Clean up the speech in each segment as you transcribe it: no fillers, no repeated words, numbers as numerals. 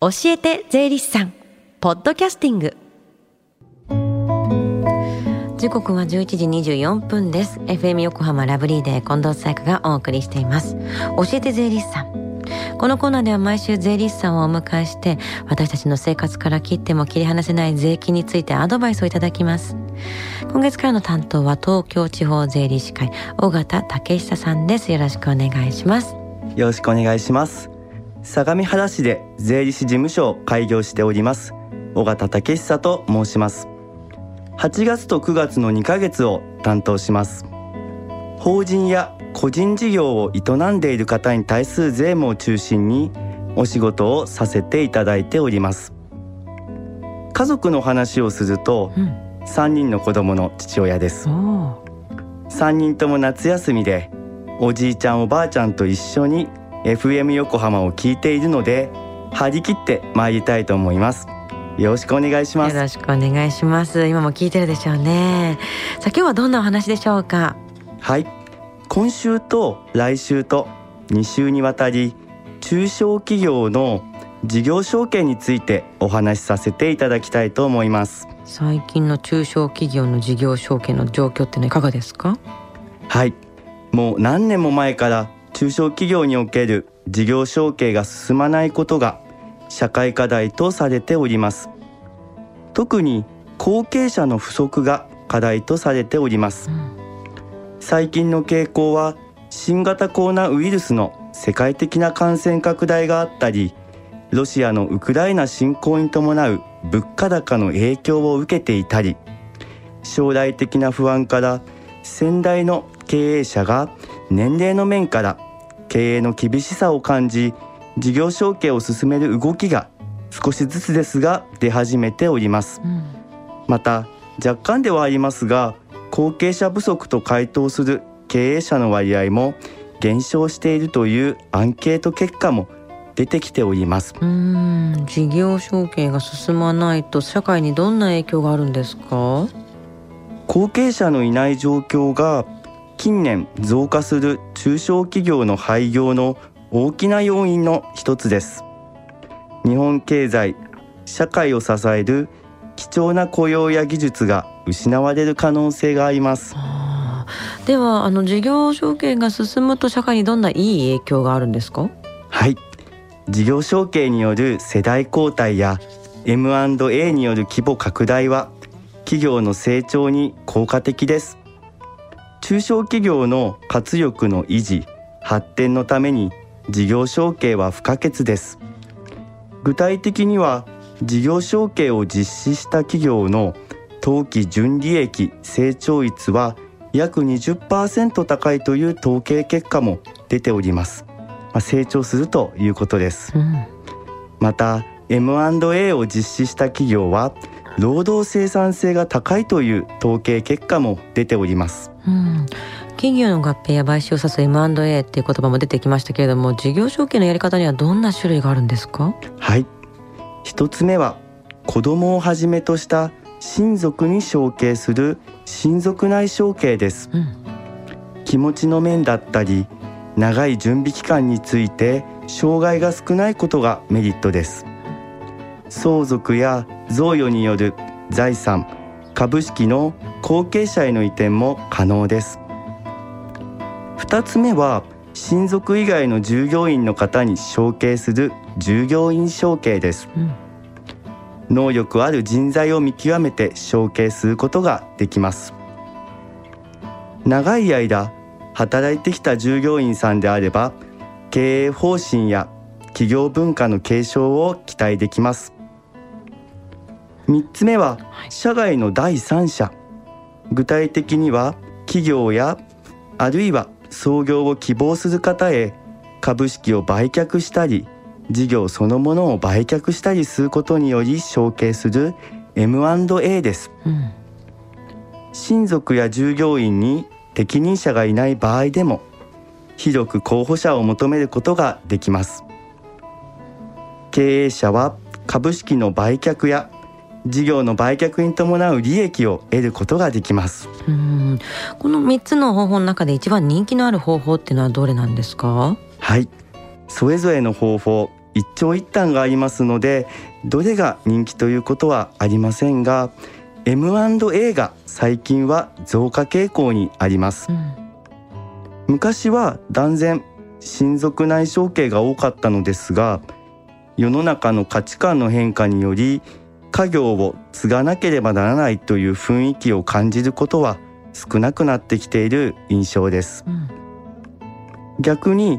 教えて税理士さんポッドキャスティング。時刻は11時24分です。 FM 横浜ラブリーで近藤紗友香がお送りしています。教えて税理士さん。このコーナーでは毎週税理士さんをお迎えして、私たちの生活から切っても切り離せない税金についてアドバイスをいただきます。今月からの担当は東京地方税理士会尾形武久さんです。よろしくお願いします。 よろしくお願いします。相模原市で税理士事務所を開業しております尾形武久と申します。8月と9月の2ヶ月を担当します。法人や個人事業を営んでいる方に対する税務を中心にお仕事をさせていただいております。家族の話をすると、3人の子供の父親です。3人とも夏休みでおじいちゃんおばあちゃんと一緒にFM 横浜を聞いているので、張り切って参りたいと思います。よろしくお願いします。 よろしくお願いします。今も聞いてるでしょうね。さあ今日はどんなお話でしょうか。 はい、今週と来週と2週にわたり中小企業の事業承継についてお話しさせていただきたいと思います。 最近の中小企業の事業承継の状況ってのはいかがですか。 はい、もう何年も前から中小企業における事業承継が進まないことが社会課題とされております。特に後継者の不足が課題とされております。最近の傾向は新型コロナウイルスの世界的な感染拡大があったり、ロシアのウクライナ侵攻に伴う物価高の影響を受けていたり、将来的な不安から先代の経営者が年齢の面から経営の厳しさを感じ、事業承継を進める動きが少しずつですが出始めております。また若干ではありますが、後継者不足と回答する経営者の割合も減少しているというアンケート結果も出てきております。 事業承継が進まないと社会にどんな影響があるんですか。 後継者のいない状況が近年増加する中小企業の廃業の大きな要因の一つです。日本経済、社会を支える貴重な雇用や技術が失われる可能性があります。 では事業承継が進むと社会にどんないい影響があるんですか。 はい、事業承継による世代交代や M&A による規模拡大は企業の成長に効果的です。中小企業の活力の維持・発展のために事業承継は不可欠です。具体的には事業承継を実施した企業の当期純利益成長率は約 20% 高いという統計結果も出ております。成長するということです。また M&A を実施した企業は労働生産性が高いという統計結果も出ております。 企業の合併や買収を指す M&A っていう言葉も出てきましたけれども、事業承継のやり方にはどんな種類があるんですか。 はい、一つ目は子どもをはじめとした親族に承継する親族内承継です。気持ちの面だったり長い準備期間について障害が少ないことがメリットです。相続や贈与による財産、株式の後継者への移転も可能です。2つ目は親族以外の従業員の方に承継する従業員承継です。能力ある人材を見極めて承継することができます。長い間働いてきた従業員さんであれば経営方針や企業文化の継承を期待できます。3つ目は社外の第三者、具体的には企業やあるいは創業を希望する方へ株式を売却したり事業そのものを売却したりすることにより承継する M&A です。親族や従業員に適任者がいない場合でも広く候補者を求めることができます。経営者は株式の売却や事業の売却に伴う利益を得ることができます。 この3つの方法の中で一番人気のある方法っていうのはどれなんですか？ はい、それぞれの方法一長一短がありますので、どれが人気ということはありませんが、 M&A が最近は増加傾向にあります、昔は断然親族内承継が多かったのですが、世の中の価値観の変化により家業を継がなければならないという雰囲気を感じることは少なくなってきている印象です、逆に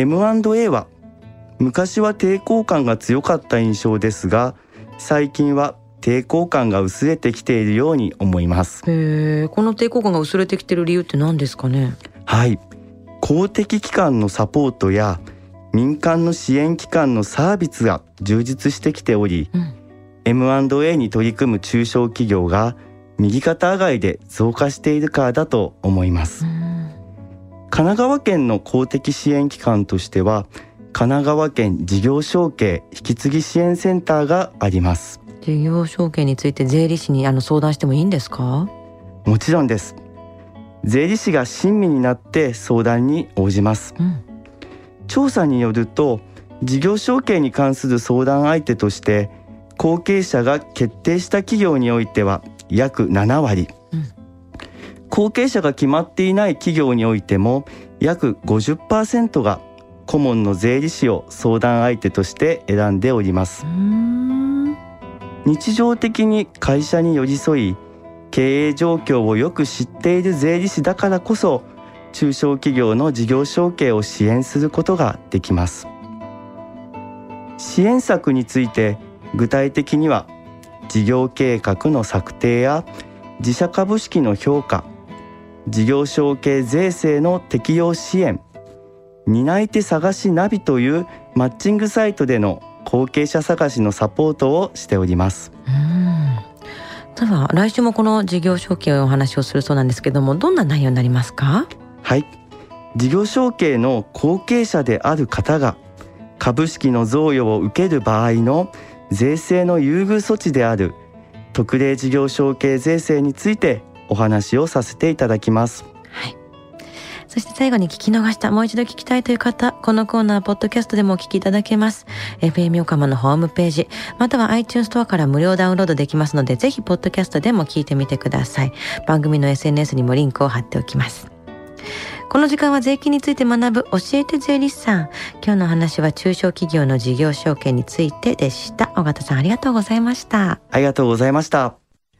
M&A は昔は抵抗感が強かった印象ですが、最近は抵抗感が薄れてきているように思います。 この抵抗感が薄れてきている理由って何ですかね？ はい、公的機関のサポートや民間の支援機関のサービスが充実してきており、M&A に取り組む中小企業が右肩上がりで増加しているからだと思います、神奈川県の公的支援機関としては神奈川県事業承継引き継ぎ支援センターがあります。 事業承継について税理士に相談してもいいんですか？ もちろんです。税理士が親身になって相談に応じます、調査によると事業承継に関する相談相手として後継者が決定した企業においては約7割、後継者が決まっていない企業においても約 50% が顧問の税理士を相談相手として選んでおります。日常的に会社に寄り添い経営状況をよく知っている税理士だからこそ中小企業の事業承継を支援することができます。支援策について具体的には事業計画の策定や自社株式の評価、事業承継税制の適用支援、担い手探しナビというマッチングサイトでの後継者探しのサポートをしております。 では来週もこの事業承継のお話をするそうなんですけども、どんな内容になりますか？ はい、事業承継の後継者である方が株式の贈与を受ける場合の税制の優遇措置である特例事業承継税制についてお話をさせていただきます。 そして最後に聞き逃した、もう一度聞きたいという方、このコーナーポッドキャストでもお聞きいただけます。 FM 横浜のホームページまたは iTunes ストアから無料ダウンロードできますので、ぜひポッドキャストでも聞いてみてください。番組の SNS にもリンクを貼っておきます。この時間は税金について学ぶ教えて税理士さん。今日の話は中小企業の事業承継についてでした。尾形さん、ありがとうございました。 ありがとうございました。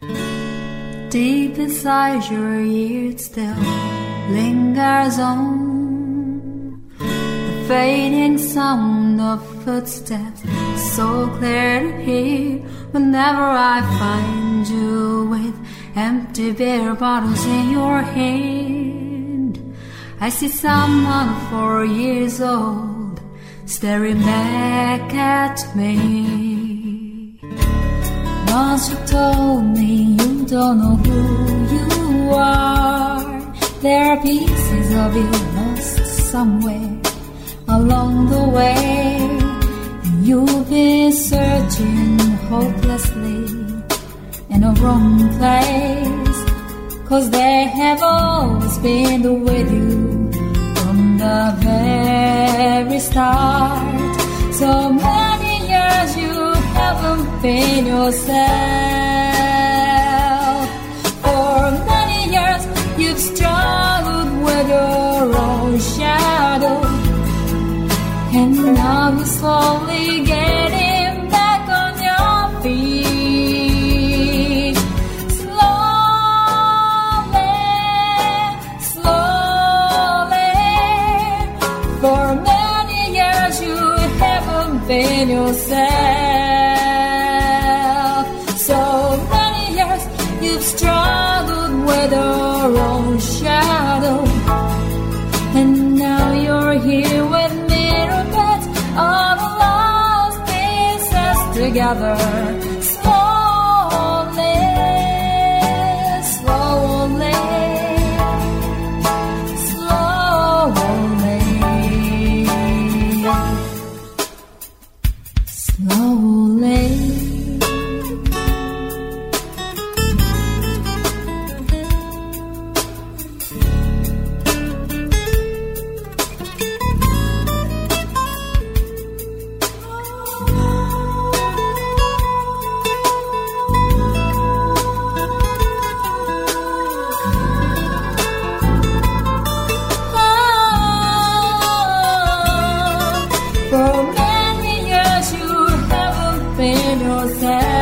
Deep inside your ears still lingers on the fading sound of footsteps, so clear to hear whenever I find you with empty beer bottles in your hand. I see someone 4 years old staring back at me. Once you told me you don't know who you are.There are pieces of you lost somewhere along the way, and you've been searching hopelessly in a wrong place, 'cause they have always been with you from the very start. So many years you haven't been yourself. For many years you've struggled with your own shadow, and now you're slowly getting back on your feet. Slowly, slowly. For many years you haven't been yourself. So many years you've struggled with your own shadow, and now you're here with me to put all the lost pieces together. Slowly, slowly, slowly, slowly. sad.